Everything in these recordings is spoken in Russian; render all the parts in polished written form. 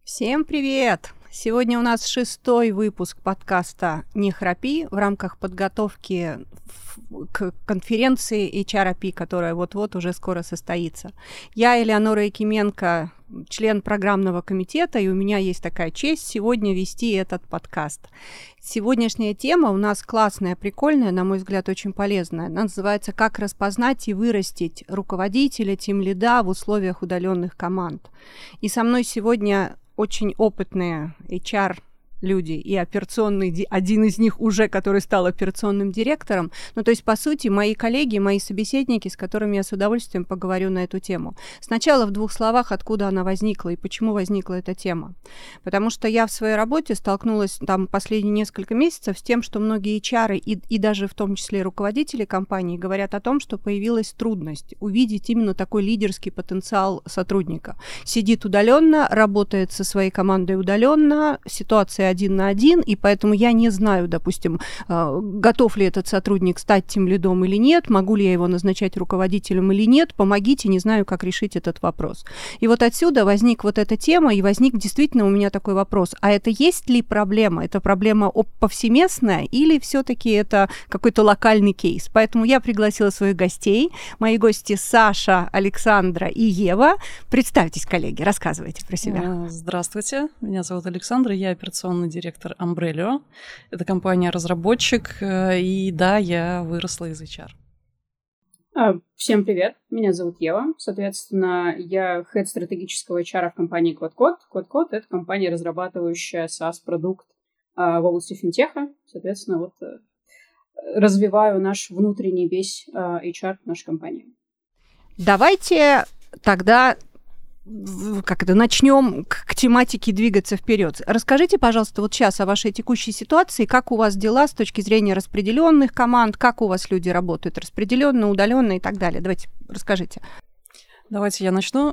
Всем привет! Сегодня у нас 6-й выпуск подкаста «Не храпи» в рамках подготовки к конференции HRP, которая вот-вот уже скоро состоится. Я Элеонора Якименко, член программного комитета, и у меня есть такая честь сегодня вести этот подкаст. Сегодняшняя тема у нас классная, прикольная, на мой взгляд, очень полезная. Она называется «Как распознать и вырастить руководителя, тимлида в условиях удаленных команд». И со мной сегодня очень опытные HR-люди и операционный, один из них уже, который стал операционным директором. Ну, то есть, по сути, мои коллеги, мои собеседники, с которыми я с удовольствием поговорю на эту тему. Сначала в 2 словах, откуда она возникла и почему возникла эта тема. Потому что я в своей работе столкнулась там последние несколько месяцев с тем, что многие HR и даже в том числе руководители компаний говорят о том, что появилась трудность увидеть именно такой лидерский потенциал сотрудника. Сидит удаленно, работает со своей командой удаленно, ситуация 1 на 1, и поэтому я не знаю, допустим, готов ли этот сотрудник стать тимлидом или нет, могу ли я его назначать руководителем или нет, помогите, не знаю, как решить этот вопрос. И вот отсюда возник вот эта тема, и возник действительно у меня такой вопрос, а это есть ли проблема? Это проблема повсеместная или все-таки это какой-то локальный кейс? Поэтому я пригласила своих гостей, мои гости Саша, Александра и Ева. Представьтесь, коллеги, рассказывайте про себя. Здравствуйте, меня зовут Александра, я операционный директор Umbrello. Это компания-разработчик, и да, я выросла из HR. Всем привет, меня зовут Ева. Соответственно, я хед стратегического HR в компании QuadCode. QuadCode — это компания, разрабатывающая SaaS-продукт в области финтеха. Соответственно, развиваю наш внутренний весь HR нашей компании. Давайте тогда начнем к тематике двигаться вперед. Расскажите, пожалуйста, вот сейчас о вашей текущей ситуации, как у вас дела с точки зрения распределенных команд, как у вас люди работают распределенно, удаленно и так далее. Давайте расскажите. Давайте я начну.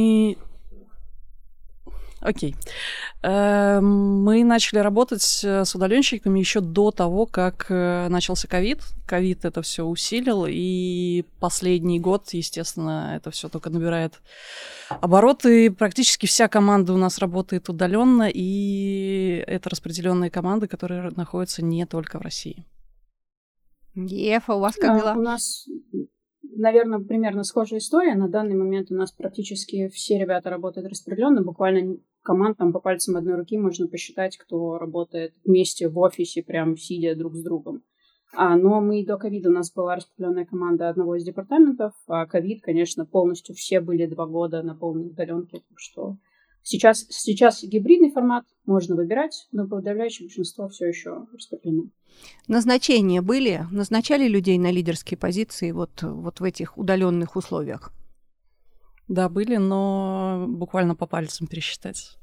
Мы начали работать с удаленщиками еще до того, как начался ковид. Ковид это все усилил, и последний год, естественно, это все только набирает обороты. Практически вся команда у нас работает удаленно, и это распределенные команды, которые находятся не только в России. Ефа, у вас как дела? У нас, наверное, примерно схожая история. На данный момент у нас практически все ребята работают распределенно, буквально команд там по пальцам одной руки можно посчитать, кто работает вместе в офисе, прям сидя друг с другом. Но мы и до ковида у нас была распределенная команда одного из департаментов, а ковид, конечно, полностью все были 2 года на полной удаленке. Так что сейчас гибридный формат, можно выбирать, но подавляющее большинство все еще распределено. Назначения были? Назначали людей на лидерские позиции вот в этих удаленных условиях? Да, были, но буквально по пальцам пересчитать.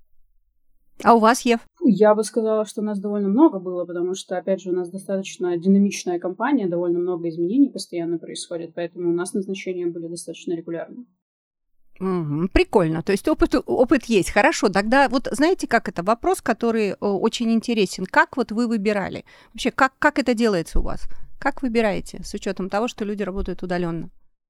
А у вас, Ев? Я бы сказала, что у нас довольно много было, потому что, опять же, у нас достаточно динамичная компания, довольно много изменений постоянно происходит, поэтому у нас назначения были достаточно регулярны. Прикольно, то есть опыт есть. Хорошо, тогда вот знаете, как это? Вопрос, который очень интересен. Как вот вы выбирали? Вообще, как это делается у вас? Как выбираете с учетом того, что люди работают удаленно?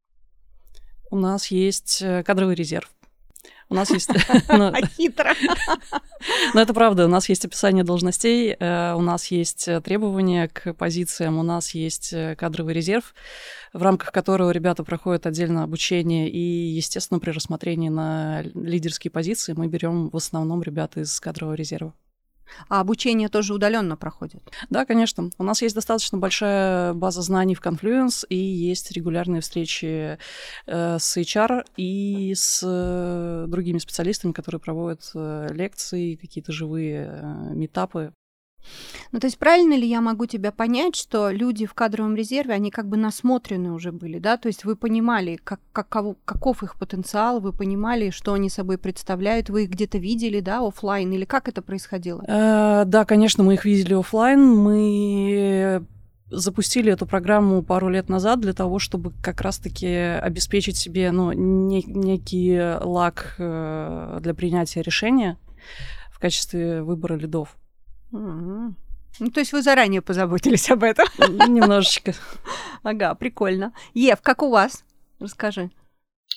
У нас есть кадровый резерв. У нас есть... Хитро. Но это правда. У нас есть описание должностей, у нас есть требования к позициям, у нас есть кадровый резерв, в рамках которого ребята проходят отдельное обучение. И, естественно, при рассмотрении на лидерские позиции мы берем в основном ребят из кадрового резерва. А обучение тоже удаленно проходит? Да, конечно. У нас есть достаточно большая база знаний в Confluence, и есть регулярные встречи с HR и с другими специалистами, которые проводят лекции, какие-то живые митапы. Ну, то есть правильно ли я могу тебя понять, что люди в кадровом резерве, они как бы насмотрены уже были, да? То есть вы понимали, каков их потенциал, вы понимали, что они собой представляют, вы их где-то видели, да, офлайн, или как это происходило? Да, конечно, мы их видели офлайн, мы запустили эту программу пару лет назад для того, чтобы как раз-таки обеспечить себе некий лаг для принятия решения в качестве выбора лидов. Ну, то есть вы заранее позаботились об этом? Немножечко. Ага, прикольно. Ев, как у вас? Расскажи.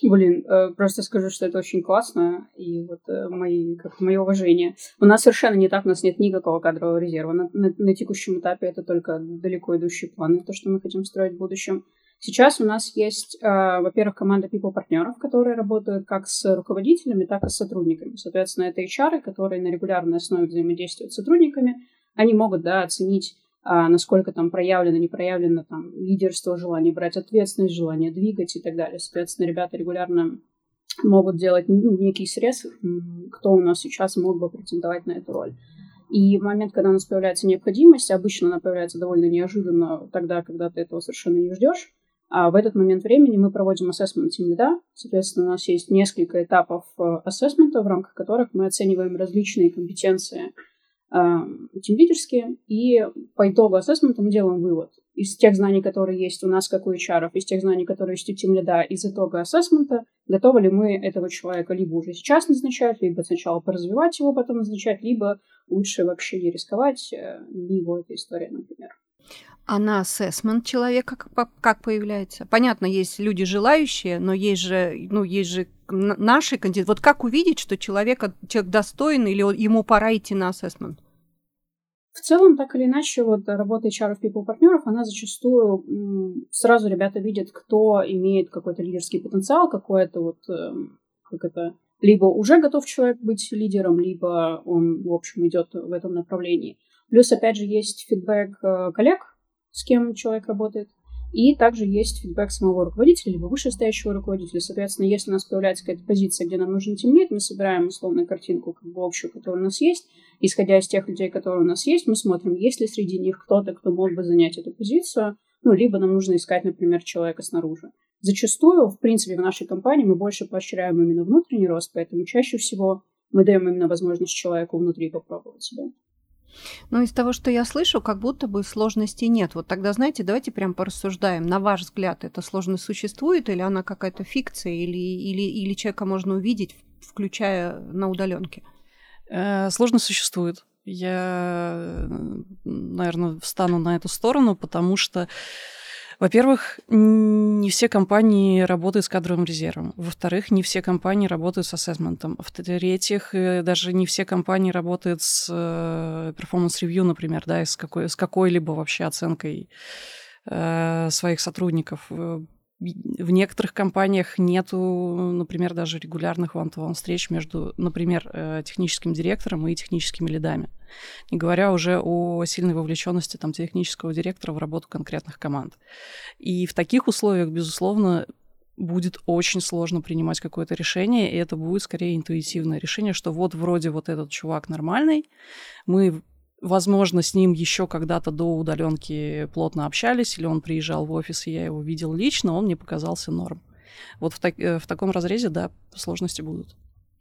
Просто скажу, что это очень классно, и вот мое уважение. У нас совершенно не так, у нас нет никакого кадрового резерва. На текущем этапе это только далеко идущие планы, то, что мы хотим строить в будущем. Сейчас у нас есть, во-первых, команда people-партнеров, которые работают как с руководителями, так и с сотрудниками. Соответственно, это HR, которые на регулярной основе взаимодействуют с сотрудниками. Они могут, оценить, насколько там проявлено, не проявлено там лидерство, желание брать ответственность, желание двигать и так далее. Соответственно, ребята регулярно могут делать некий срез, кто у нас сейчас мог бы претендовать на эту роль. И в момент, когда у нас появляется необходимость, обычно она появляется довольно неожиданно, тогда, когда ты этого совершенно не ждешь, а в этот момент времени мы проводим ассессмент тимлида. Соответственно, у нас есть несколько этапов ассессмента, в рамках которых мы оцениваем различные компетенции тимлидерские, и по итогу ассессмента мы делаем вывод. Из тех знаний, которые есть у нас, как у HR, из тех знаний, которые есть у тимлида, из итога ассессмента, готовы ли мы этого человека либо уже сейчас назначать, либо сначала поразвивать его, потом назначать, либо лучше вообще не рисковать, не его эта история, например. А на ассессмент человека как появляется? Понятно, есть люди желающие, но есть же наши кандидаты. Вот как увидеть, что человек достоин или ему пора идти на ассессмент? В целом, так или иначе, вот работа HR people-партнеров, она зачастую сразу ребята видят, кто имеет какой-то лидерский потенциал, какой-то либо уже готов человек быть лидером, либо он, в общем, идет в этом направлении. Плюс, опять же, есть фидбэк коллег, с кем человек работает, и также есть фидбэк самого руководителя, либо вышестоящего руководителя. Соответственно, если у нас появляется какая-то позиция, где нам нужен тимлид, мы собираем условную картинку, общую, которая у нас есть. Исходя из тех людей, которые у нас есть, мы смотрим, есть ли среди них кто-то, кто мог бы занять эту позицию, либо нам нужно искать, например, человека снаружи. Зачастую, в принципе, в нашей компании мы больше поощряем именно внутренний рост, поэтому чаще всего мы даем именно возможность человеку внутри попробовать себя. Из того, что я слышу, как будто бы сложностей нет. Вот тогда, знаете, давайте прям порассуждаем. На ваш взгляд, эта сложность существует, или она какая-то фикция, или человека можно увидеть, включая на удаленке? Сложность существует. Я, наверное, встану на эту сторону, потому что, во-первых, не все компании работают с кадровым резервом. Во-вторых, не все компании работают с ассессментом. В-третьих, даже не все компании работают с перформанс-ревью, например, с какой-либо вообще оценкой своих сотрудников. В некоторых компаниях нету, например, даже регулярных one-to-one встреч между, например, техническим директором и техническими лидами. Не говоря уже о сильной вовлеченности технического директора в работу конкретных команд. И в таких условиях, безусловно, будет очень сложно принимать какое-то решение, и это будет скорее интуитивное решение, что вроде этот чувак нормальный, мы, возможно, с ним еще когда-то до удаленки плотно общались, или он приезжал в офис, и я его видел лично, он мне показался норм. В таком разрезе, сложности будут.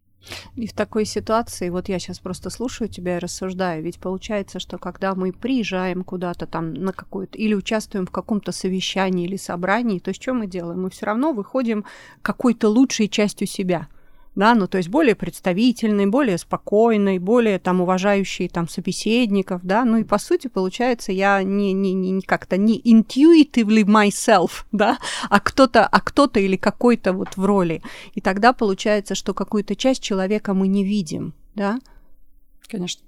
И в такой ситуации, я сейчас просто слушаю тебя и рассуждаю, ведь получается, что когда мы приезжаем куда-то на какое-то, или участвуем в каком-то совещании или собрании, то есть что мы делаем? Мы все равно выходим какой-то лучшей частью себя. То есть более представительный, более спокойный, более уважающий собеседников, и по сути получается я не как-то не intuitively myself, а кто-то или какой-то в роли. И тогда получается, что какую-то часть человека мы не видим, да? Конечно.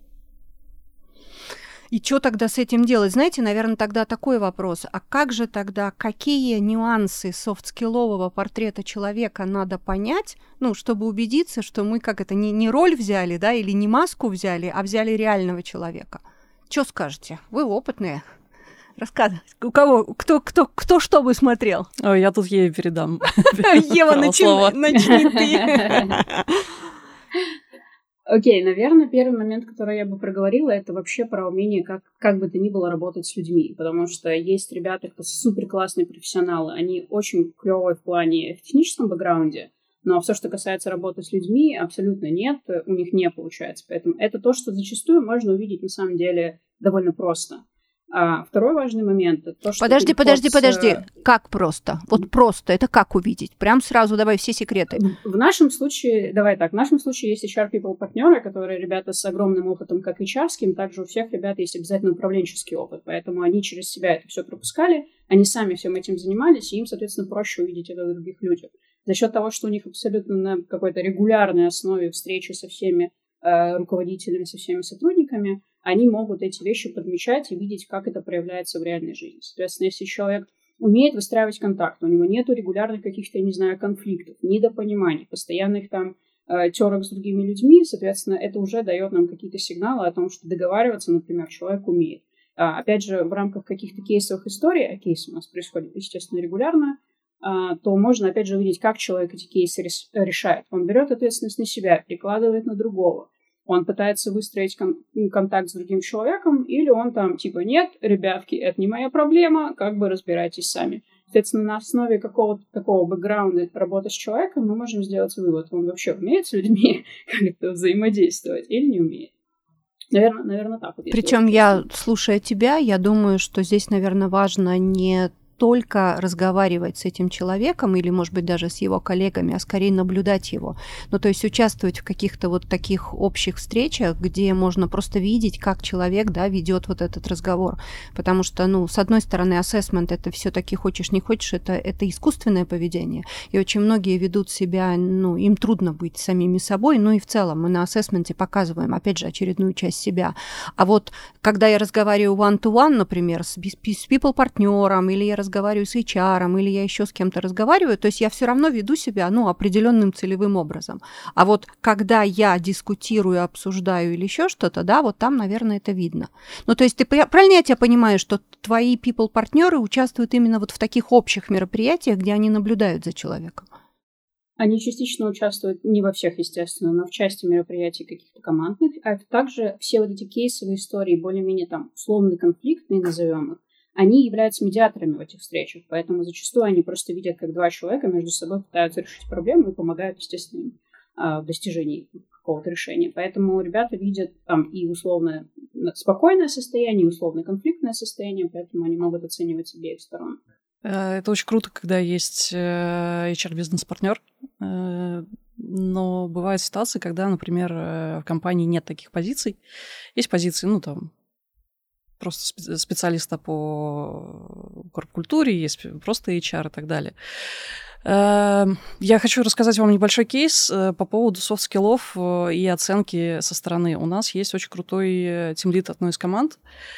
И что тогда с этим делать? Знаете, наверное, тогда такой вопрос. А как же тогда, какие нюансы софт-скиллового портрета человека надо понять, чтобы убедиться, что мы не роль взяли, или не маску взяли, а взяли реального человека? Что скажете? Вы опытные. Рассказывайте. У кого? Кто что бы смотрел? Ой, я тут Еве передам. Ева, начни ты. Окей, наверное, первый момент, который я бы проговорила, это вообще про умение как бы то ни было работать с людьми, потому что есть ребята, кто супер классные профессионалы, они очень клевые в плане в техническом бэкграунде, но все, что касается работы с людьми, абсолютно нет, у них не получается. Поэтому это то, что зачастую можно увидеть на самом деле довольно просто. А второй важный момент – это то, что… Подожди. Как просто? Просто. Это как увидеть? Прям сразу давай все секреты. В нашем случае, в нашем случае есть HR-people-партнеры, которые ребята с огромным опытом, как HR-ским. Также у всех ребят есть обязательно управленческий опыт, поэтому они через себя это все пропускали, они сами всем этим занимались, и им, соответственно, проще увидеть это в других людях. За счет того, что у них абсолютно на какой-то регулярной основе встречи со всеми руководителями, со всеми сотрудниками, они могут эти вещи подмечать и видеть, как это проявляется в реальной жизни. Соответственно, если человек умеет выстраивать контакт, у него нету регулярных каких-то, я не знаю, конфликтов, недопониманий, постоянных там терок с другими людьми, соответственно, это уже дает нам какие-то сигналы о том, что договариваться, например, человек умеет. Опять же, в рамках каких-то кейсовых историй, а кейсы у нас происходят, естественно, регулярно, то можно, опять же, увидеть, как человек эти кейсы решает. Он берет ответственность на себя, перекладывает на другого. Он пытается выстроить контакт с другим человеком, или он там типа «нет, ребятки, это не моя проблема, как бы разбирайтесь сами». Соответственно, на основе какого-то такого бэкграунда работы с человеком мы можем сделать вывод, он вообще умеет с людьми как-то взаимодействовать или не умеет. Наверное, так вот. Причем я, слушая тебя, я думаю, что здесь, наверное, важно не только разговаривать с этим человеком или, может быть, даже с его коллегами, а скорее наблюдать его. Ну, то есть участвовать в каких-то вот таких общих встречах, где можно просто видеть, как человек, да, ведет вот этот разговор. Потому что, ну, с одной стороны, ассессмент — это все-таки хочешь, не хочешь, это искусственное поведение. И очень многие ведут себя, ну, им трудно быть самими собой, ну и в целом мы на ассессменте показываем, опять же, очередную часть себя. А вот когда я разговариваю one-to-one, например, с people-партнером, или я разговариваю с HR, или я еще с кем-то разговариваю, то есть я все равно веду себя, ну, определенным целевым образом. А вот когда я дискутирую, обсуждаю или еще что-то, да, вот там, наверное, это видно. Ну, то есть правильно я тебя понимаю, что твои people-партнеры участвуют именно вот в таких общих мероприятиях, где они наблюдают за человеком? Они частично участвуют, не во всех, естественно, но в части мероприятий каких-то командных, а также все вот эти кейсовые истории, более-менее там условно-конфликтные, назовем их, они являются медиаторами в этих встречах, поэтому зачастую они просто видят, как два человека между собой пытаются решить проблему и помогают, естественно, им в достижении какого-то решения. Поэтому ребята видят там и условно спокойное состояние, и условно конфликтное состояние, поэтому они могут оценивать с обеих сторон. Это очень круто, когда есть HR-бизнес-партнер, но бывают ситуации, когда, например, в компании нет таких позиций. Есть позиции, ну, там, просто специалиста по корпкультуре, есть просто HR и так далее. Я хочу рассказать вам небольшой кейс по поводу софт-скиллов и оценки со стороны. У нас есть очень крутой тимлид одной из команд.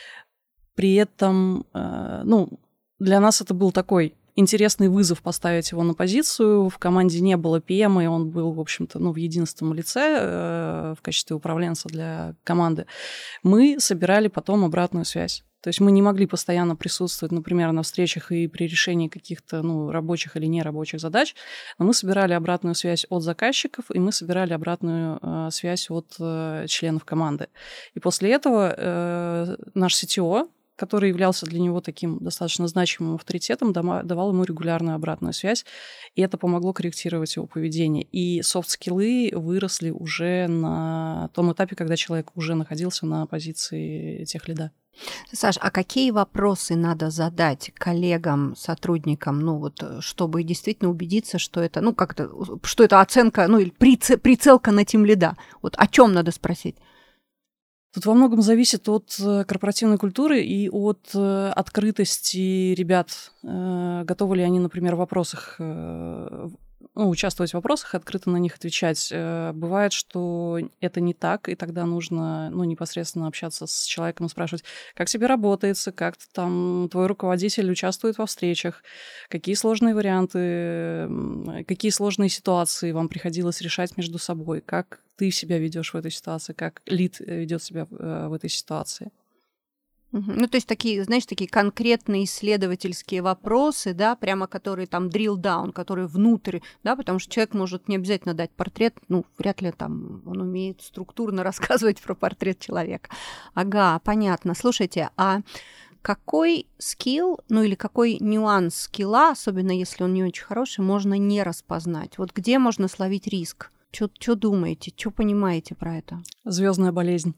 При этом, ну, для нас это был такой интересный вызов поставить его на позицию. В команде не было PM, и он был, в общем-то, ну, в единственном лице в качестве управленца для команды. Мы собирали потом обратную связь. То есть мы не могли постоянно присутствовать, например, на встречах и при решении каких-то, ну, рабочих или нерабочих задач, но мы собирали обратную связь от заказчиков, и мы собирали обратную связь от членов команды. И после этого наш CTO, который являлся для него таким достаточно значимым авторитетом, давал ему регулярную обратную связь, и это помогло корректировать его поведение. И софт-скиллы выросли уже на том этапе, когда человек уже находился на позиции техлида. Саш, а какие вопросы надо задать коллегам, сотрудникам, ну вот, чтобы действительно убедиться, что это, ну как-то, что это оценка, ну или прицелка на тимлида? Вот о чем надо спросить? Тут во многом зависит от корпоративной культуры и от открытости ребят. Готовы ли они, например, в вопросах, участвовать в вопросах, открыто на них отвечать. Бывает, что это не так, и тогда нужно, ну, непосредственно общаться с человеком и спрашивать, как тебе работается, как там твой руководитель участвует во встречах, какие сложные варианты, какие сложные ситуации вам приходилось решать между собой, как ты себя ведешь в этой ситуации, как лид ведет себя в этой ситуации. Ну, то есть такие, знаешь, такие конкретные исследовательские вопросы, да, прямо которые там drill down, которые внутрь, да, потому что человек может не обязательно дать портрет, ну, вряд ли там он умеет структурно рассказывать про портрет человека. Ага, понятно. Слушайте, а какой скилл, ну или какой нюанс скилла, особенно если он не очень хороший, можно не распознать? Вот где можно словить риск? Что думаете, что понимаете про это? Звездная болезнь.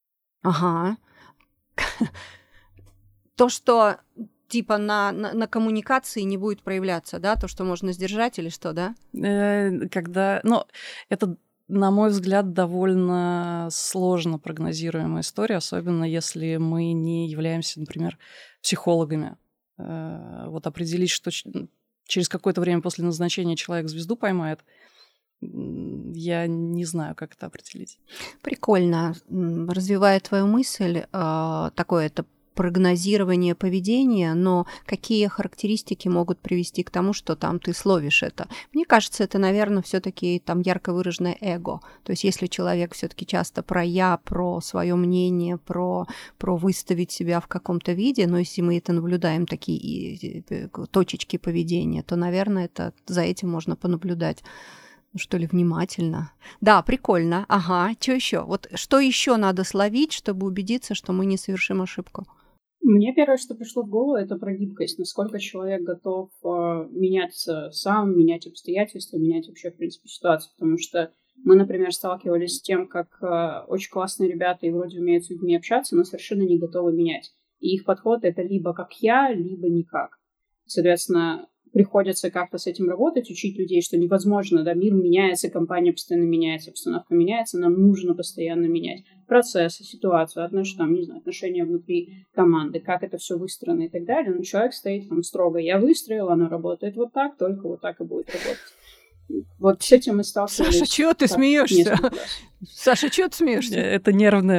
Ага. То, что типа на коммуникации не будет проявляться, да? То, что можно сдержать или что, да? Когда... Ну, это, на мой взгляд, довольно сложно прогнозируемая история, особенно если мы не являемся, например, психологами. Вот определить, что через какое-то время после назначения человек звезду поймает, я не знаю, как это определить. Прикольно. Развивая твою мысль, такое это прогнозирование поведения, но какие характеристики могут привести к тому, что там ты словишь это? Мне кажется, это, наверное, все-таки там ярко выраженное эго. То есть если человек все-таки часто про я, про свое мнение, про выставить себя в каком-то виде, но если мы это наблюдаем, такие точечки поведения, то, наверное, это за этим можно понаблюдать. Что ли, внимательно. Да, прикольно. Ага, что еще? Вот что еще надо словить, чтобы убедиться, что мы не совершим ошибку? Мне первое, что пришло в голову, это про гибкость. Насколько человек готов меняться сам, менять обстоятельства, менять вообще, в принципе, ситуацию. Потому что мы, например, сталкивались с тем, как очень классные ребята и вроде умеют с людьми общаться, но совершенно не готовы менять. И их подход — это либо как я, либо никак. Соответственно, приходится как-то с этим работать, учить людей, что невозможно, да, мир меняется, компания постоянно меняется, обстановка меняется, нам нужно постоянно менять процессы, ситуацию, отношения внутри команды, как это все выстроено и так далее. Но человек стоит там строго: я выстроил, оно работает вот так, только вот так и будет работать. Вот с этим мы сталкивались. Саша, чего ты смеешься? Саша, чего ты смеешься? Это нервное,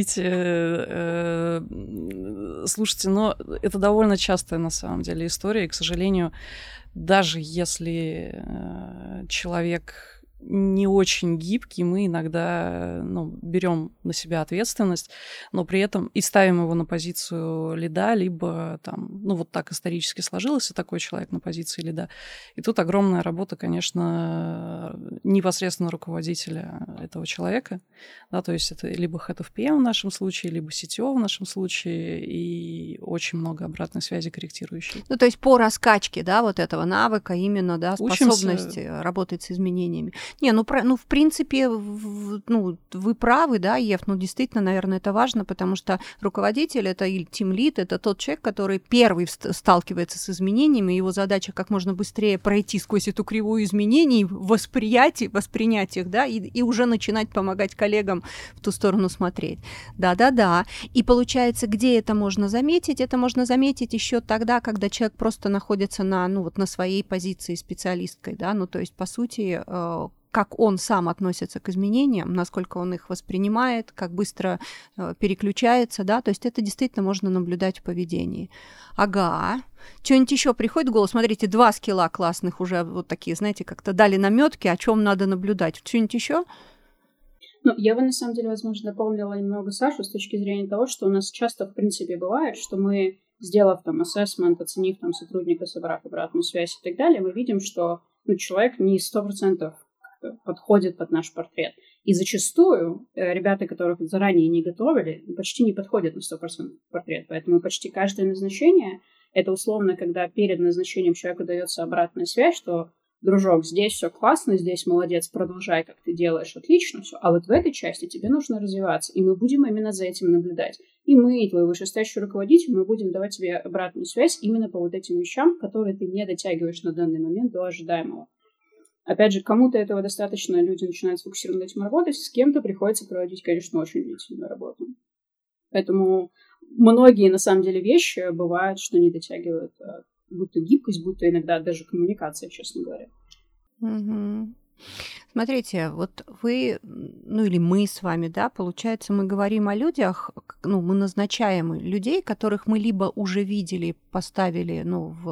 простите. Слушайте, но это довольно частая на самом деле история. И, к сожалению, даже если человек не очень гибкий, мы иногда берем на себя ответственность, но при этом и ставим его на позицию лида, либо там, вот так исторически сложилось, и такой человек на позиции лида. И тут огромная работа, конечно, непосредственно руководителя этого человека, да, то есть это либо Head of PM в нашем случае, либо CTO в нашем случае, и очень много обратной связи корректирующей. То есть по раскачке, да, вот этого навыка именно, да, способности работать с изменениями. В принципе, вы правы, да, Ев, действительно, наверное, это важно, потому что руководитель это или тимлид, это тот человек, который первый сталкивается с изменениями, его задача как можно быстрее пройти сквозь эту кривую изменений, воспринять их, да, и уже начинать помогать коллегам в ту сторону смотреть. Да. И получается, где это можно заметить? Это можно заметить еще тогда, когда человек просто находится на своей позиции специалисткой, да, то есть, по сути, как он сам относится к изменениям, насколько он их воспринимает, как быстро переключается, да, то есть это действительно можно наблюдать в поведении. Ага. Что-нибудь еще приходит в голову? Смотрите, 2 скилла классных уже вот такие, знаете, как-то дали намётки, о чем надо наблюдать. Что-нибудь еще? Я бы, на самом деле, возможно, дополнила немного Сашу с точки зрения того, что у нас часто, в принципе, бывает, что мы, сделав там ассессмент, оценив там сотрудника, собрав обратную связь и так далее, мы видим, что человек не 100% подходит под наш портрет. И зачастую ребята, которых заранее не готовили, почти не подходят на 100% портрет. Поэтому почти каждое назначение — это условно, когда перед назначением человеку дается обратная связь, что дружок, здесь все классно, здесь молодец, продолжай, как ты делаешь, отлично все. А вот в этой части тебе нужно развиваться, и мы будем именно за этим наблюдать. И мы, и твой вышестоящий руководитель, мы будем давать тебе обратную связь именно по вот этим вещам, которые ты не дотягиваешь на данный момент до ожидаемого. Опять же, кому-то этого достаточно, люди начинают сфокусированно над этим работать, с кем-то приходится проводить, конечно, очень длительную работу. Поэтому многие, на самом деле, вещи бывают, что не дотягивают, будто гибкость, будто иногда даже коммуникация, честно говоря. Угу. Смотрите, вот вы, или мы с вами, да, получается, мы говорим о людях, мы назначаем людей, которых мы либо уже видели, поставили,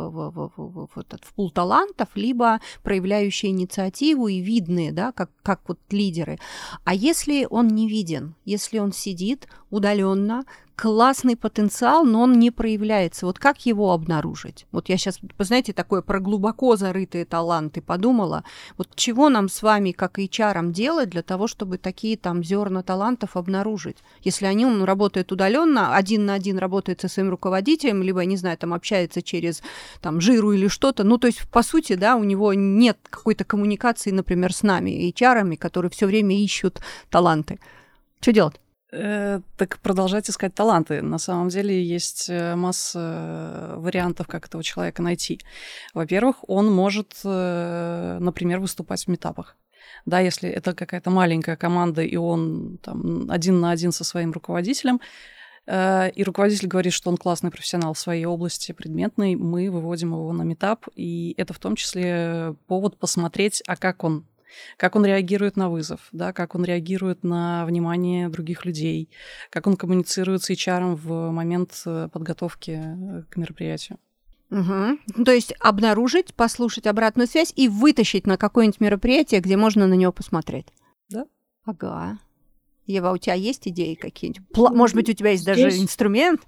в пул талантов, либо проявляющие инициативу и видные, да, как вот лидеры. А если он не виден, если он сидит удаленно, классный потенциал, но он не проявляется. Вот как его обнаружить? Вот я сейчас, знаете, такое про глубоко зарытые таланты подумала. Вот чего нам с вами, как HR, делать для того, чтобы такие там зерна талантов обнаружить? Если они работают удаленно, 1 на 1 работает со своим руководителем, либо, не знаю, там общается через там жиру или что-то. То есть, по сути, да, у него нет какой-то коммуникации, например, с нами, HR, которые все время ищут таланты. Что делать? Так продолжать искать таланты. На самом деле есть масса вариантов, как этого человека найти. Во-первых, он может, например, выступать в митапах. Да, если это какая-то маленькая команда, и он там 1 на 1 со своим руководителем, и руководитель говорит, что он классный профессионал в своей области предметной, мы выводим его на митап, и это в том числе повод посмотреть, а как он реагирует на вызов, да, как он реагирует на внимание других людей, как он коммуницирует с HR в момент подготовки к мероприятию. Угу. То есть обнаружить, послушать обратную связь и вытащить на какое-нибудь мероприятие, где можно на него посмотреть. Да. Ага. Ева, у тебя есть идеи какие-нибудь? Может быть, у тебя есть даже инструмент?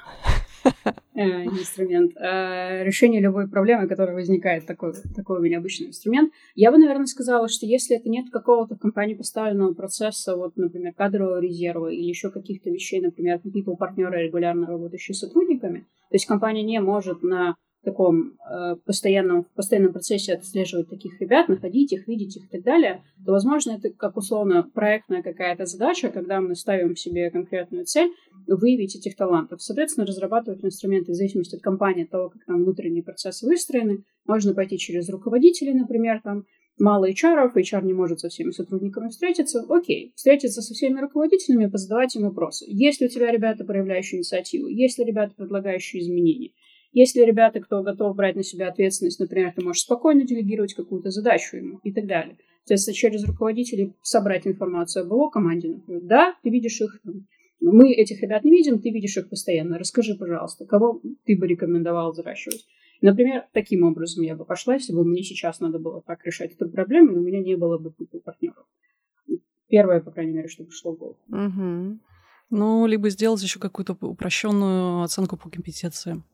Инструмент. Решение любой проблемы, которая возникает, такой у меня обычный инструмент. Я бы, наверное, сказала, что если это нет какого-то в компании поставленного процесса, вот, например, кадрового резерва или еще каких-то вещей, например, people партнеры, регулярно работающие с сотрудниками, то есть компания не может на таком постоянном процессе отслеживать таких ребят, находить их, видеть их и так далее, то, возможно, это как условно проектная какая-то задача, когда мы ставим себе конкретную цель выявить этих талантов. Соответственно, разрабатывать инструменты в зависимости от компании, от того, как там внутренние процессы выстроены. Можно пойти через руководителей, например, там мало HR не может со всеми сотрудниками встретиться. Окей, встретиться со всеми руководителями, позадавать им вопросы. Есть ли у тебя ребята, проявляющие инициативу? Есть ли ребята, предлагающие изменения? Есть ли ребята, кто готов брать на себя ответственность, например, ты можешь спокойно делегировать какую-то задачу ему и так далее. То есть через руководителей собрать информацию об его команде, например. Да, ты видишь их, мы этих ребят не видим, ты видишь их постоянно. Расскажи, пожалуйста, кого ты бы рекомендовал взращивать. Например, таким образом я бы пошла, если бы мне сейчас надо было так решать эту проблему, и у меня не было бы партнеров. Первое, по крайней мере, что пришло в голову. Угу. Ну, либо сделать еще какую-то упрощенную оценку по компетенциям.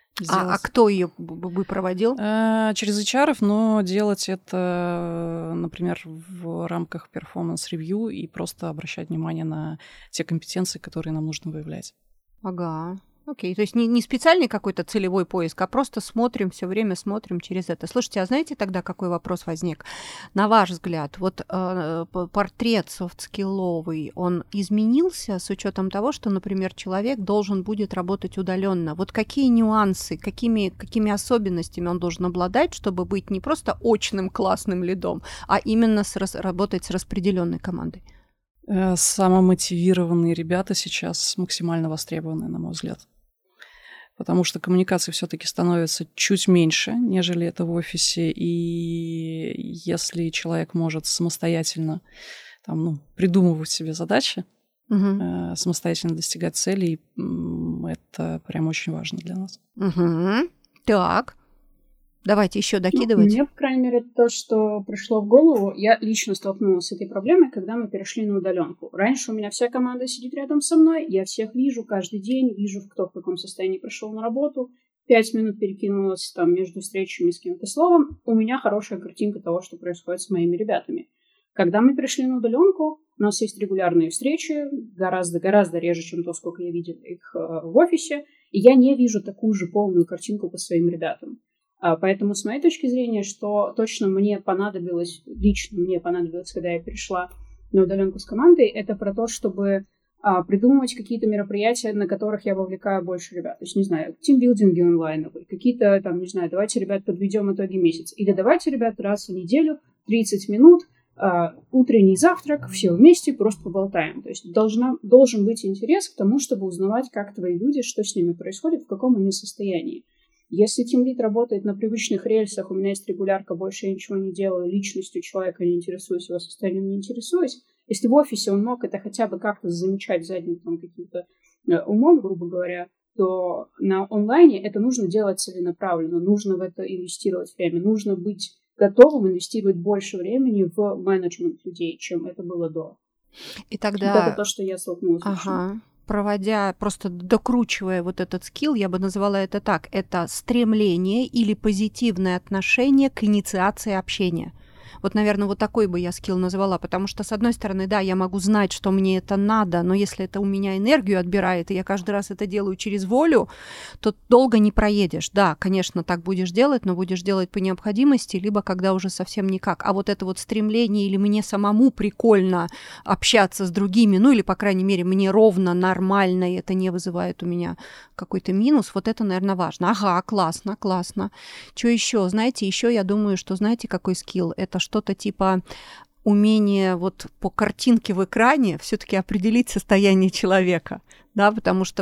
А кто ее бы проводил? Через HR, но делать это, например, в рамках перформанс-ревью и просто обращать внимание на те компетенции, которые нам нужно выявлять. Ага. Окей, то есть не специальный какой-то целевой поиск, а просто смотрим, все время смотрим через это. Слушайте, а знаете тогда, какой вопрос возник? На ваш взгляд, вот портрет софт-скилловый, он изменился с учетом того, что, например, человек должен будет работать удаленно? Вот какие нюансы, какими особенностями он должен обладать, чтобы быть не просто очным классным лидом, а именно работать с распределенной командой? Самомотивированные ребята сейчас максимально востребованы, на мой взгляд. Потому что коммуникаций все-таки становится чуть меньше, нежели это в офисе. И если человек может самостоятельно придумывать себе задачи, самостоятельно достигать целей, это прям очень важно для нас. Так. Давайте еще докидывать. Мне, по крайней мере, то, что пришло в голову, я лично столкнулась с этой проблемой, когда мы перешли на удаленку. Раньше у меня вся команда сидит рядом со мной, я всех вижу каждый день, вижу, кто в каком состоянии пришел на работу, 5 минут перекинулась там между встречами с кем-то словом, у меня хорошая картинка того, что происходит с моими ребятами. Когда мы перешли на удаленку, у нас есть регулярные встречи, гораздо реже, чем то, сколько я видела их в офисе, и я не вижу такую же полную картинку по своим ребятам. Поэтому, с моей точки зрения, что точно мне понадобилось, когда я перешла на удаленку с командой, это про то, чтобы придумывать какие-то мероприятия, на которых я вовлекаю больше ребят. То есть, не знаю, тимбилдинги онлайновые, какие-то там, не знаю, давайте, ребят, подведем итоги месяца. Или давайте, ребят, раз в неделю 30 минут, утренний завтрак, все вместе, просто поболтаем. То есть должен быть интерес к тому, чтобы узнавать, как твои люди, что с ними происходит, в каком они состоянии. Если тимлид работает на привычных рельсах, у меня есть регулярка, больше я ничего не делаю, личностью человека не интересуюсь, его состоянием не интересуюсь. Если в офисе он мог это хотя бы как-то замечать задним там каким-то умом, грубо говоря, то на онлайне это нужно делать целенаправленно, нужно в это инвестировать время, нужно быть готовым инвестировать больше времени в менеджмент людей, чем это было до. И тогда... Это то, что я столкнулась с. Проводя, просто докручивая вот этот скилл, я бы назвала это так, это стремление или позитивное отношение к инициации общения. Вот, наверное, вот такой бы я скилл назвала, потому что, с одной стороны, да, я могу знать, что мне это надо, но если это у меня энергию отбирает, и я каждый раз это делаю через волю, то долго не проедешь. Да, конечно, так будешь делать, но будешь делать по необходимости, либо когда уже совсем никак. А вот это вот стремление или мне самому прикольно общаться с другими, ну или, по крайней мере, мне ровно, нормально, и это не вызывает у меня какой-то минус, вот это, наверное, важно. Ага, классно. Что еще? Знаете, еще я думаю, что знаете, какой скилл? Это что-то типа умение вот по картинке в экране все-таки определить состояние человека, да, потому что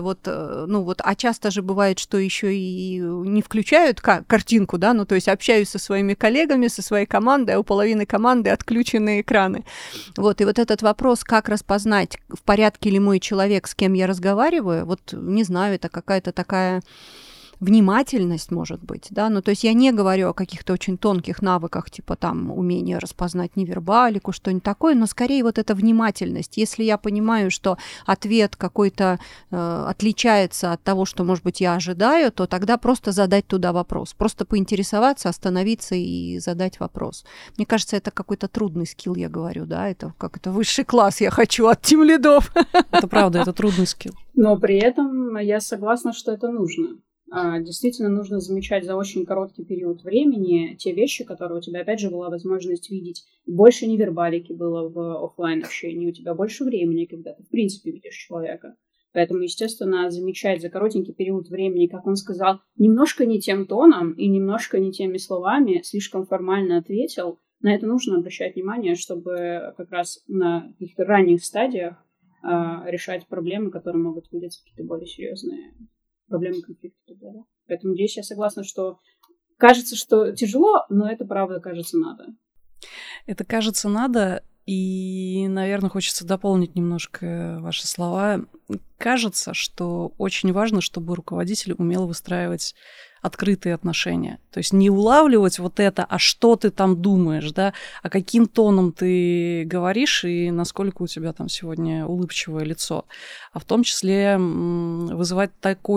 а часто же бывает, что еще и не включают картинку, да, то есть общаюсь со своими коллегами, со своей командой, а у половины команды отключены экраны. И вот этот вопрос, как распознать, в порядке ли мой человек, с кем я разговариваю, не знаю, это какая-то такая внимательность, может быть, да, то есть я не говорю о каких-то очень тонких навыках, типа там умение распознать невербалику, что-нибудь такое, но скорее эта внимательность. Если я понимаю, что ответ какой-то отличается от того, что, может быть, я ожидаю, то тогда просто задать туда вопрос, просто поинтересоваться, остановиться и задать вопрос. Мне кажется, это какой-то трудный скилл, я говорю, да, это как-то высший класс я хочу от тимлидов. Это правда, это трудный скилл. Но при этом я согласна, что это нужно. Действительно нужно замечать за очень короткий период времени те вещи, которые у тебя, опять же, была возможность видеть. Больше невербалики было в офлайн общении, у тебя больше времени, когда ты, в принципе, видишь человека. Поэтому, естественно, замечать за коротенький период времени, как он сказал, немножко не тем тоном и немножко не теми словами, слишком формально ответил, на это нужно обращать внимание, чтобы как раз на каких-то ранних стадиях решать проблемы, которые могут вылиться в какие-то более серьезные проблемы конфликта и так далее. Поэтому здесь я согласна, что кажется, что тяжело, но это правда кажется надо. Это кажется надо, и, наверное, хочется дополнить немножко ваши слова. Кажется, что очень важно, чтобы руководитель умел выстраивать открытые отношения. То есть не улавливать это, а что ты там думаешь, да, а каким тоном ты говоришь и насколько у тебя там сегодня улыбчивое лицо. А в том числе вызывать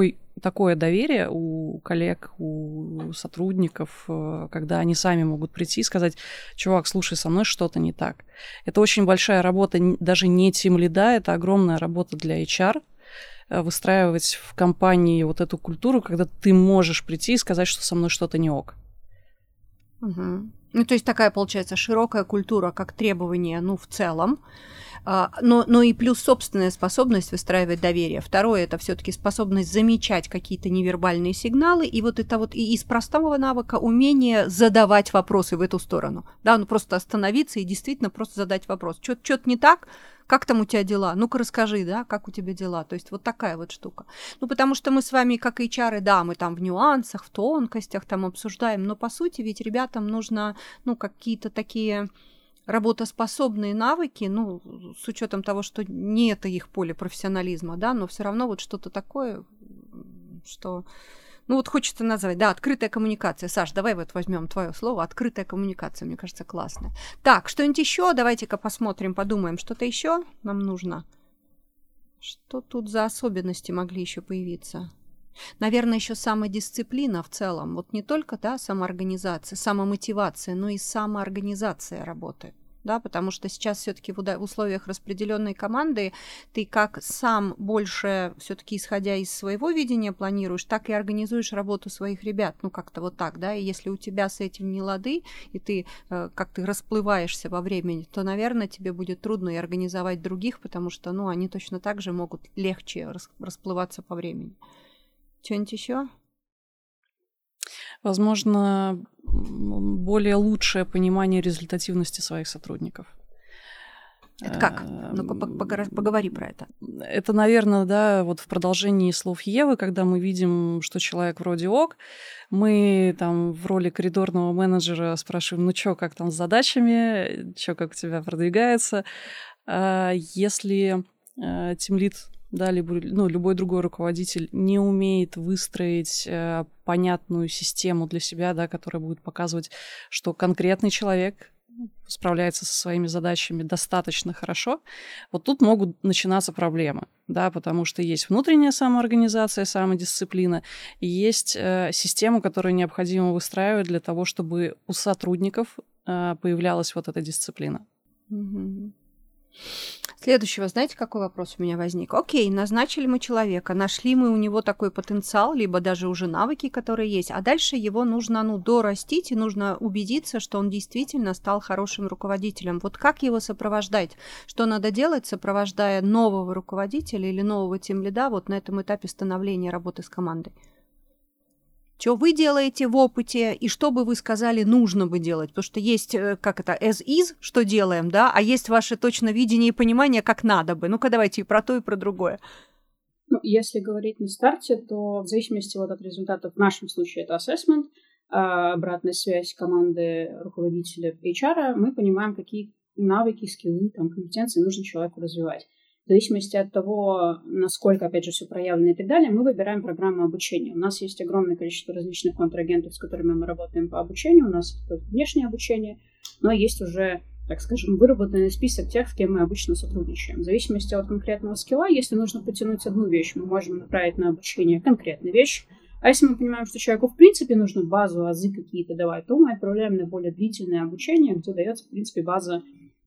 такое доверие у коллег, у сотрудников, когда они сами могут прийти и сказать: чувак, слушай, со мной что-то не так. Это очень большая работа, даже не тимлида, это огромная работа для HR, выстраивать в компании эту культуру, когда ты можешь прийти и сказать, что со мной что-то не ок. Угу. То есть такая, получается, широкая культура, как требование, в целом, но и плюс собственная способность выстраивать доверие. Второе – это все-таки способность замечать какие-то невербальные сигналы, и и из простого навыка умение задавать вопросы в эту сторону. Да, просто остановиться и действительно просто задать вопрос. Что-то не так? Как там у тебя дела? Ну-ка расскажи, да, как у тебя дела? То есть такая штука. Потому что мы с вами, как HR, да, мы там в нюансах, в тонкостях там обсуждаем, но по сути ведь ребятам нужно, какие-то такие работоспособные навыки, с учетом того, что не это их поле профессионализма, да, но все равно что-то такое, что... хочется назвать, да, открытая коммуникация. Саш, давай возьмем твое слово, открытая коммуникация, мне кажется, классно. Так, что-нибудь еще? Давайте-ка посмотрим, подумаем, что-то еще нам нужно. Что тут за особенности могли еще появиться? Наверное, еще самодисциплина в целом. Не только, да, самоорганизация, самомотивация, но и самоорганизация работы. Да, потому что сейчас все-таки в условиях распределенной команды ты как сам больше все-таки исходя из своего видения планируешь, так и организуешь работу своих ребят, как-то так, да, и если у тебя с этим не лады, и ты как-то расплываешься во времени, то, наверное, тебе будет трудно и организовать других, потому что, они точно так же могут легче расплываться по времени. Что-нибудь еще? Возможно, более лучшее понимание результативности своих сотрудников. Это как? Ну-ка, поговори про это. Это, наверное, да, в продолжении слов Евы, когда мы видим, что человек вроде ок, мы там в роли коридорного менеджера спрашиваем: как там с задачами, как у тебя продвигается. Если тимлид, да, либо любой другой руководитель не умеет выстроить понятную систему для себя, да, которая будет показывать, что конкретный человек справляется со своими задачами достаточно хорошо, тут могут начинаться проблемы, да, потому что есть внутренняя самоорганизация, самодисциплина, и есть система, которую необходимо выстраивать для того, чтобы у сотрудников появлялась эта дисциплина. Mm-hmm. Следующего, знаете, какой вопрос у меня возник? Окей, назначили мы человека, нашли мы у него такой потенциал, либо даже уже навыки, которые есть, а дальше его нужно, дорастить, и нужно убедиться, что он действительно стал хорошим руководителем. Как его сопровождать? Что надо делать, сопровождая нового руководителя или нового тимлида на этом этапе становления работы с командой? что вы делаете в опыте, и что бы вы сказали, нужно бы делать. Потому что есть, как это, as is, что делаем, да, а есть ваше точно видение и понимание, как надо бы. Ну-ка, давайте и про то, и про другое. Ну, если говорить на старте, то в зависимости вот от результатов, в нашем случае это assessment, обратная связь команды руководителя HR, мы понимаем, какие навыки, скиллы, там, компетенции нужно человеку развивать. В зависимости от того, насколько, опять же, все проявлено и так далее, мы выбираем программу обучения. У нас есть огромное количество различных контрагентов, с которыми мы работаем по обучению. У нас внешнее обучение, но есть уже, так скажем, выработанный список тех, с кем мы обычно сотрудничаем. В зависимости от конкретного скилла, если нужно потянуть одну вещь, мы можем направить на обучение конкретную вещь. А если мы понимаем, что человеку в принципе нужно базу, азы какие-то давать, то мы отправляем на более длительное обучение, где дается, в принципе, база,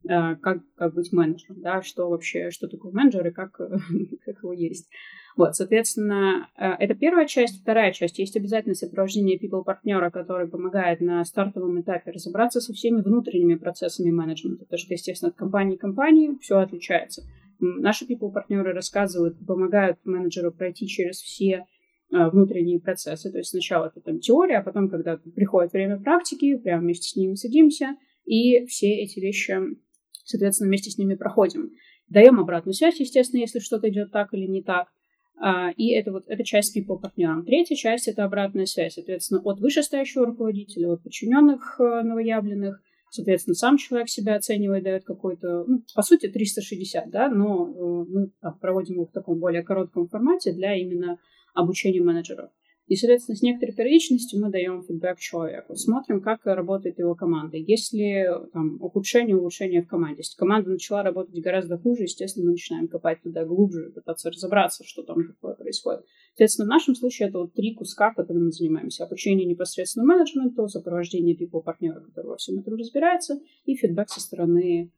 как быть менеджером, да, что вообще, что такое менеджер и как его есть. Вот, соответственно, это первая часть. Вторая часть. Есть обязательно сопровождение people-партнера, который помогает на стартовом этапе разобраться со всеми внутренними процессами менеджмента, потому что, естественно, от компании к компании все отличается. Наши people-партнеры рассказывают, помогают менеджеру пройти через все внутренние процессы. То есть сначала это там теория, а потом, когда приходит время практики, прямо вместе с ними садимся и все эти вещи, соответственно, вместе с ними проходим. Даем обратную связь, естественно, если что-то идет так или не так. И это вот эта часть people партнерам. Третья часть — это обратная связь, соответственно, от вышестоящего руководителя, от подчиненных новоявленных. Соответственно, сам человек себя оценивает, дает какой-то, ну, по сути, 360, да, но мы проводим его в таком более коротком формате для именно обучения менеджеров. И, соответственно, с некоторой периодичностью мы даем фидбэк человеку, смотрим, как работает его команда. Есть ли там ухудшение, улучшение в команде. Если команда начала работать гораздо хуже, естественно, мы начинаем копать туда глубже, пытаться разобраться, что там такое происходит. Соответственно, в нашем случае это вот 3 куска, которыми мы занимаемся. Обучение непосредственно менеджменту, сопровождение people-партнера, который во всем этом разбирается, и фидбэк со стороны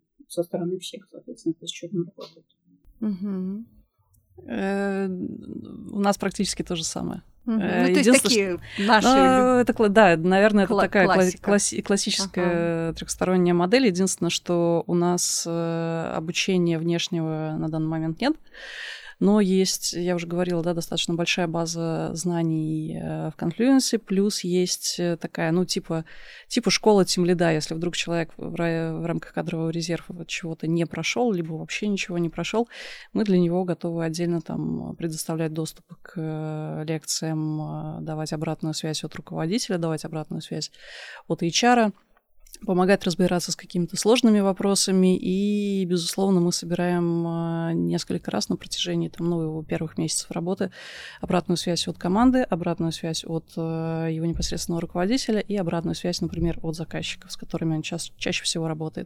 всех, соответственно, с чем работает. Угу. У нас практически то же самое. Ну, то есть такие наши... Да, наверное, это такая классическая трехсторонняя модель. Единственное, что у нас обучения внешнего на данный момент нет. Но есть, я уже говорила, да, достаточно большая база знаний в Confluence, плюс есть такая, ну, типа школа тимлида, если вдруг человек в рамках кадрового резерва чего-то не прошел, либо вообще ничего не прошел, мы для него готовы отдельно там предоставлять доступ к лекциям, давать обратную связь от руководителя, давать обратную связь от HR, помогать разбираться с какими-то сложными вопросами, и, безусловно, мы собираем несколько раз на протяжении его первых месяцев работы обратную связь от команды, обратную связь от его непосредственного руководителя и обратную связь, например, от заказчиков, с которыми он чаще всего работает.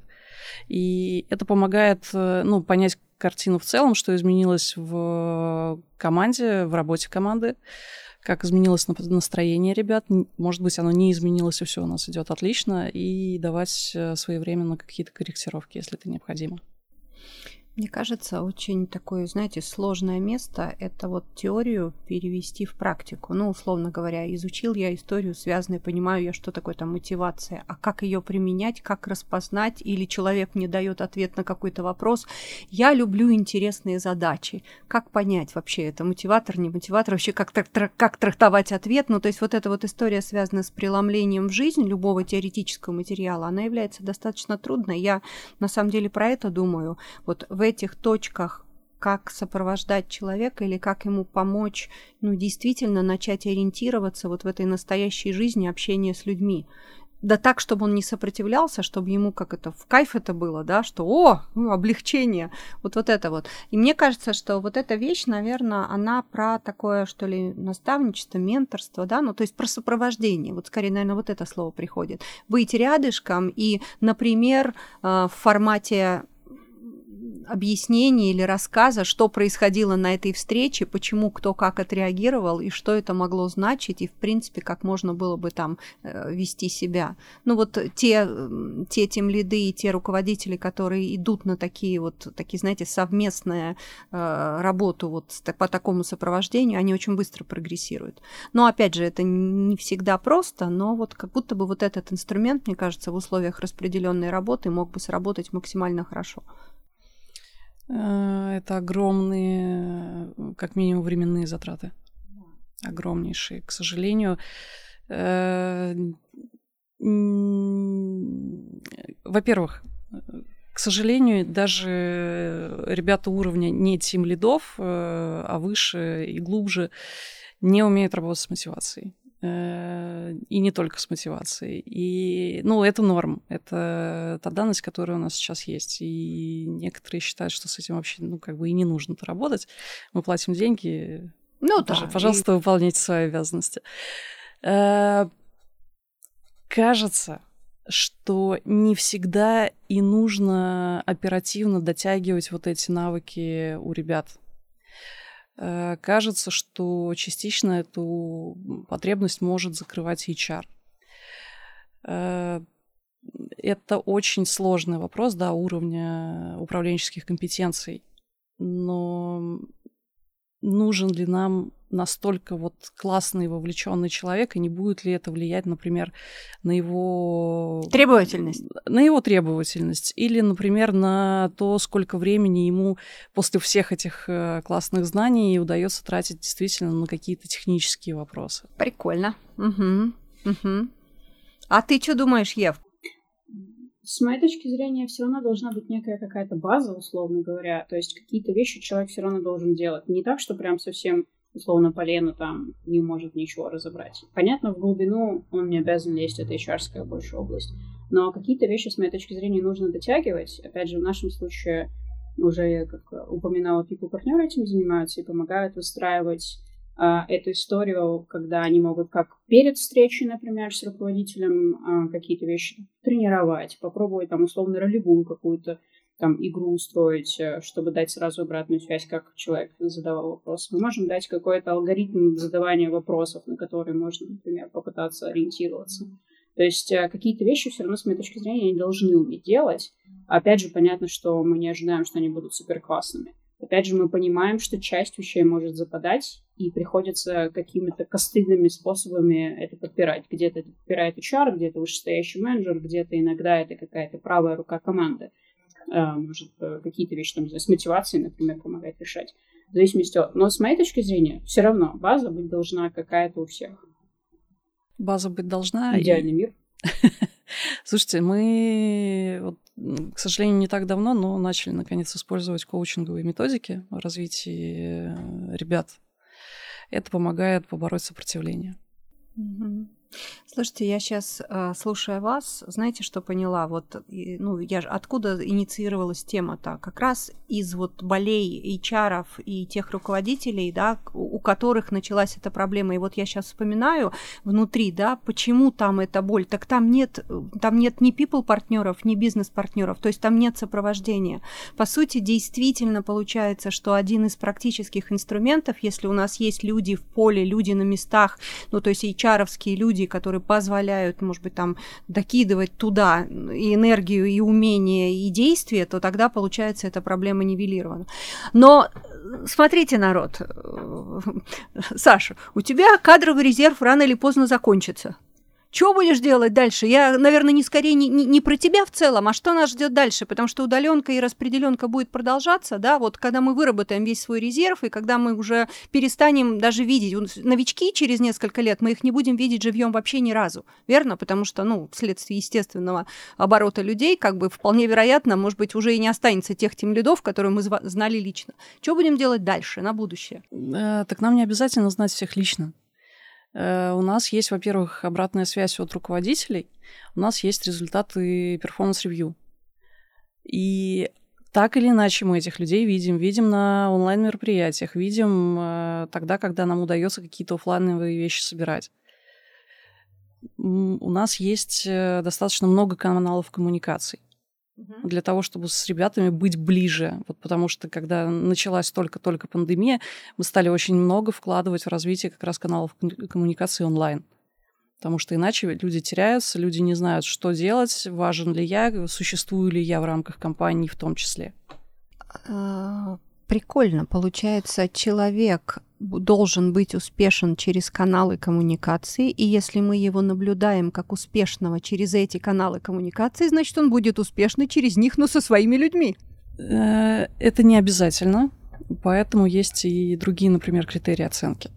И это помогает, понять картину в целом, что изменилось в команде, в работе команды, как изменилось настроение ребят. Может быть, оно не изменилось, и все у нас идет отлично, и давать своевременно какие-то корректировки, если это необходимо. Мне кажется, очень такое, знаете, сложное место – это вот теорию перевести в практику. Ну, условно говоря, изучил я историю связанную, понимаю я, что такое там мотивация, а как ее применять, как распознать, или человек мне дает ответ на какой-то вопрос. Я люблю интересные задачи. Как понять вообще, это мотиватор, не мотиватор, вообще как трактовать ответ. Ну, то есть вот эта вот история, связанная с преломлением в жизнь любого теоретического материала, она является достаточно трудной. Я на самом деле про это думаю. Вот в этих точках, как сопровождать человека или как ему помочь, действительно начать ориентироваться вот в этой настоящей жизни общения с людьми. Да так, чтобы он не сопротивлялся, чтобы ему в кайф это было, да, что облегчение, вот это вот. И мне кажется, что вот эта вещь, наверное, она про такое, что ли, наставничество, менторство, да, то есть про сопровождение. Вот скорее, наверное, вот это слово приходит. Быть рядышком и, например, в формате объяснения или рассказа, что происходило на этой встрече, почему кто как отреагировал и что это могло значить, и, в принципе, как можно было бы там вести себя. Те тимлиды и те руководители, которые идут на такие, знаете, совместную работу по такому сопровождению, они очень быстро прогрессируют. Но, опять же, это не всегда просто, но как будто бы этот инструмент, мне кажется, в условиях распределенной работы мог бы сработать максимально хорошо. Это огромные, как минимум, временные затраты. огромнейший. К сожалению, во-первых, к сожалению, даже ребята уровня не тимлидов, а выше и глубже не умеют работать с мотивацией. И не только с мотивацией. И, это норм. Это та данность, которая у нас сейчас есть. И некоторые считают, что с этим вообще, и не нужно-то работать. Мы платим деньги. Пожалуйста, выполняйте свои обязанности. Кажется, что не всегда и нужно оперативно дотягивать вот эти навыки у ребят. Кажется, что частично эту потребность может закрывать HR. Это очень сложный вопрос, уровня управленческих компетенций. Но нужен ли нам настолько классный, вовлеченный человек, и не будет ли это влиять, например, на его... Требовательность. На его требовательность. Или, например, на то, сколько времени ему после всех этих классных знаний удается тратить действительно на какие-то технические вопросы. Прикольно. Угу. А ты что думаешь, Ев? С моей точки зрения, все равно должна быть некая какая-то база, условно говоря. То есть какие-то вещи человек все равно должен делать. Не так, что прям совсем, условно, полено там не может ничего разобрать. Понятно, в глубину он не обязан лезть, это HR-ская больше область. Но какие-то вещи, с моей точки зрения, нужно дотягивать. Опять же, в нашем случае уже, как упоминала, people-партнеры этим занимаются и помогают выстраивать эту историю, когда они могут как перед встречей, например, с руководителем какие-то вещи тренировать, попробовать там условно ролевую какую-то там игру устроить, чтобы дать сразу обратную связь, как человек задавал вопрос. Мы можем дать какой-то алгоритм задавания вопросов, на которые можно, например, попытаться ориентироваться. То есть какие-то вещи все равно, с моей точки зрения, они должны уметь делать. Опять же, понятно, что мы не ожидаем, что они будут суперклассными. Опять же, мы понимаем, что часть вещей может западать, и приходится какими-то костыльными способами это подпирать. Где-то это подпирает HR, где-то вышестоящий менеджер, где-то иногда это какая-то правая рука команды. Может, какие-то вещи там, с мотивацией, например, помогать решать. В зависимости от... Но с моей точки зрения, все равно база быть должна какая-то у всех. База быть должна. Идеальный мир. Слушайте, мы, к сожалению, не так давно, но начали, наконец, использовать коучинговые методики в развитии ребят. Это помогает побороть сопротивление. Слушайте, я сейчас, слушая вас, знаете, что поняла? Я же откуда инициировалась тема-то? Как раз из болей HR-ов и тех руководителей, да, у которых началась эта проблема. И я сейчас вспоминаю внутри, да, почему там эта боль. Так там нет ни people-партнеров, ни бизнес-партнеров, то есть там нет сопровождения. По сути, действительно получается, что один из практических инструментов, если у нас есть люди в поле, люди на местах, то есть HR-овские люди, которые позволяют, может быть, там докидывать туда и энергию, и умения, и действия, то тогда, получается, эта проблема нивелирована. Но смотрите, народ, Саша, у тебя кадровый резерв рано или поздно закончится. Что будешь делать дальше? Я, наверное, не про тебя в целом, а что нас ждет дальше, потому что удаленка и распределенка будет продолжаться, да, когда мы выработаем весь свой резерв, и когда мы уже перестанем даже видеть новички через несколько лет, мы их не будем видеть живьем вообще ни разу, верно? Потому что, вследствие естественного оборота людей, вполне вероятно, может быть, уже и не останется тех тимлидов, которые мы знали лично. Что будем делать дальше, на будущее? Так нам не обязательно знать всех лично. У нас есть, во-первых, обратная связь от руководителей, у нас есть результаты перформанс-ревью. И так или иначе мы этих людей видим на онлайн-мероприятиях, видим тогда, когда нам удается какие-то офлайновые вещи собирать. У нас есть достаточно много каналов коммуникаций для того, чтобы с ребятами быть ближе. Потому что, когда началась только-только пандемия, мы стали очень много вкладывать в развитие как раз каналов коммуникации онлайн. Потому что иначе люди теряются, люди не знают, что делать, важен ли я, существую ли я в рамках компании в том числе. Прикольно. Получается, человек должен быть успешен через каналы коммуникации, и если мы его наблюдаем как успешного через эти каналы коммуникации, значит, он будет успешный через них, но со своими людьми. Это не обязательно, поэтому есть и другие, например, критерии оценки.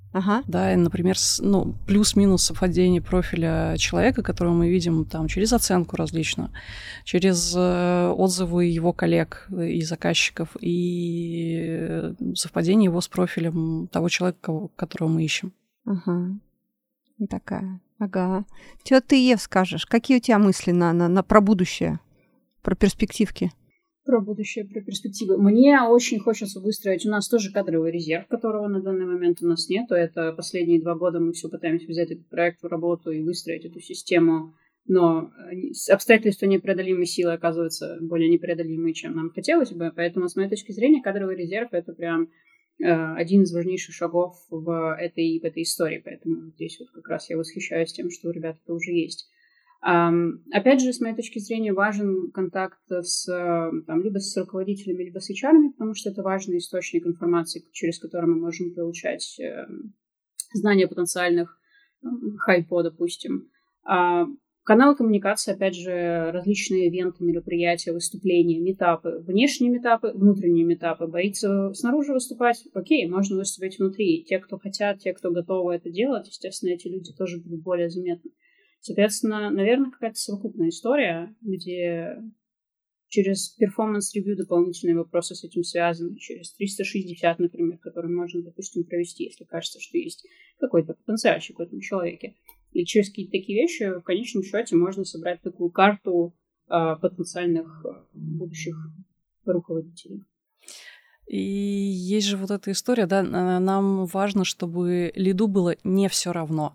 Ага. Да, и, например, плюс-минус совпадение профиля человека, которого мы видим там через оценку различную, через отзывы его коллег и заказчиков, и совпадение его с профилем того человека, которого мы ищем. Ага. Такая. Ага. Чё ты, Ев, скажешь? Какие у тебя мысли про будущее, про перспективки? Про будущее, про перспективы. Мне очень хочется выстроить. У нас тоже кадровый резерв, которого на данный момент у нас нету. Это последние 2 года мы все пытаемся взять этот проект в работу и выстроить эту систему. Но обстоятельства непреодолимой силы оказываются более непреодолимые, чем нам хотелось бы. Поэтому, с моей точки зрения, кадровый резерв — это прям один из важнейших шагов в этой истории. Поэтому здесь вот как раз я восхищаюсь тем, что у ребят это уже есть. Опять же, с моей точки зрения, важен контакт либо с руководителями, либо с HR, потому что это важный источник информации, через который мы можем получать знания потенциальных хайпо, допустим. Каналы коммуникации, опять же, различные ивенты, мероприятия, выступления, митапы, внешние митапы, внутренние митапы. Боится снаружи выступать? Окей, можно выступить внутри. Те, кто хотят, те, кто готовы это делать, естественно, эти люди тоже будут более заметны. Соответственно, наверное, какая-то совокупная история, где через перформанс-ревью дополнительные вопросы с этим связаны, через 360, например, который можно, допустим, провести, если кажется, что есть какой-то потенциальчик в этом человеке. И через какие-то такие вещи в конечном счете можно собрать такую карту потенциальных будущих руководителей. И есть же вот эта история, да, нам важно, чтобы лиду было не все равно.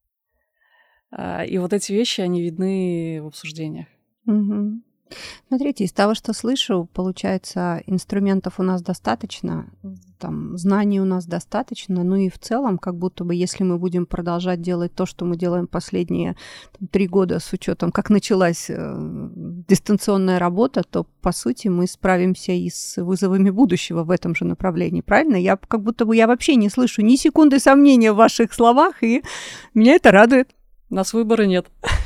И вот эти вещи, они видны в обсуждениях. Угу. Смотрите, из того, что слышу, получается, инструментов у нас достаточно, там, знаний у нас достаточно, ну и в целом, как будто бы, если мы будем продолжать делать то, что мы делаем последние 3 года, с учетом, как началась дистанционная работа, то, по сути, мы справимся и с вызовами будущего в этом же направлении, правильно? Я как будто бы вообще не слышу ни секунды сомнения в ваших словах, и меня это радует. У нас выбора нет.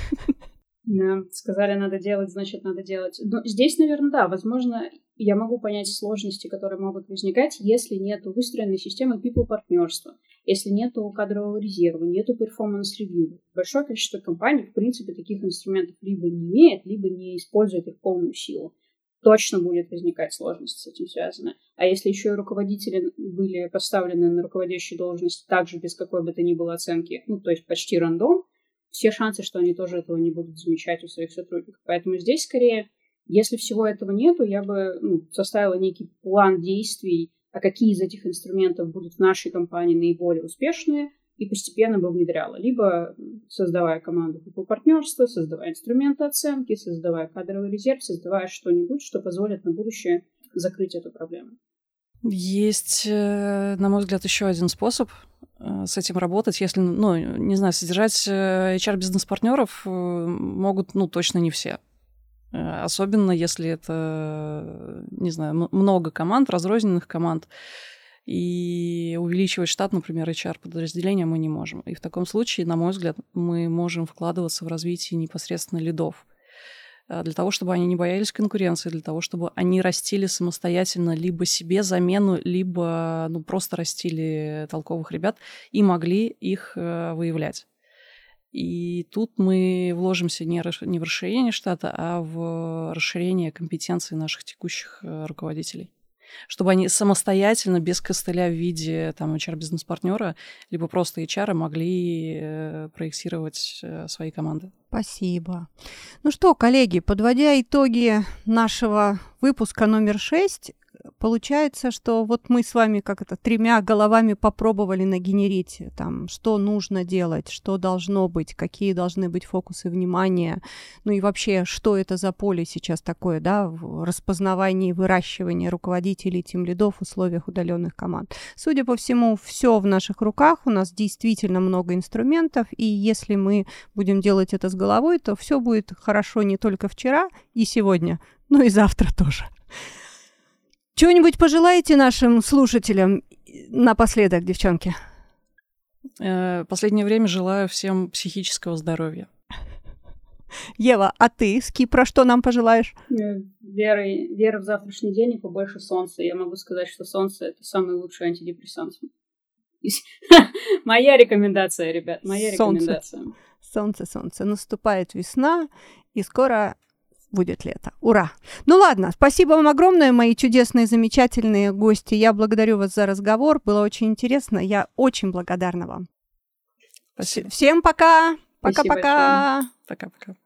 Да, сказали, надо делать, значит, надо делать. Но здесь, наверное, да, возможно, я могу понять сложности, которые могут возникать, если нет выстроенной системы people-партнерства, если нет кадрового резерва, нет перформанс-ревью. Большое количество компаний, в принципе, таких инструментов либо не имеет, либо не использует их в полную силу. Точно будет возникать сложность с этим связана. А если еще и руководители были поставлены на руководящие должности также без какой бы то ни было оценки, то есть почти рандом, все шансы, что они тоже этого не будут замечать у своих сотрудников. Поэтому здесь скорее, если всего этого нету, я бы составила некий план действий, а какие из этих инструментов будут в нашей компании наиболее успешные, и постепенно бы внедряла. Либо создавая команду партнерства, создавая инструменты оценки, создавая кадровый резерв, создавая что-нибудь, что позволит на будущее закрыть эту проблему. Есть, на мой взгляд, еще один способ с этим работать. Если, содержать HR-бизнес-партнеров могут, точно не все. Особенно если это, много команд, разрозненных команд. И увеличивать штат, например, HR-подразделения мы не можем. И в таком случае, на мой взгляд, мы можем вкладываться в развитие непосредственно лидов. Для того, чтобы они не боялись конкуренции, для того, чтобы они растили самостоятельно либо себе замену, либо просто растили толковых ребят и могли их выявлять. И тут мы вложимся не в расширение штата, а в расширение компетенций наших текущих руководителей. Чтобы они самостоятельно, без костыля в виде HR-бизнес-партнера, либо просто HR могли проектировать свои команды. Спасибо. Ну что, коллеги, подводя итоги нашего выпуска номер 6, получается, что вот мы с вами 3 головами попробовали нагенерить, что нужно делать, что должно быть, какие должны быть фокусы внимания, и вообще, что это за поле сейчас такое, да, в распознавании и выращивании руководителей, тимлидов в условиях удаленных команд. Судя по всему, все в наших руках, у нас действительно много инструментов, и если мы будем делать это с головой, то все будет хорошо не только вчера и сегодня, но и завтра тоже. Чего-нибудь пожелаете нашим слушателям напоследок, девчонки? Последнее время желаю всем психического здоровья. Ева, а ты с Кипра что нам пожелаешь? Веры в завтрашний день и побольше солнца. Я могу сказать, что солнце — это самый лучший антидепрессант. Моя рекомендация, ребят, моя рекомендация. Солнце. Наступает весна, и скоро будет лето. Ура! Ну ладно, спасибо вам огромное, мои чудесные, замечательные гости. Я благодарю вас за разговор. Было очень интересно. Я очень благодарна вам. Спасибо. Всем пока! Спасибо Пока-пока! Пока-пока.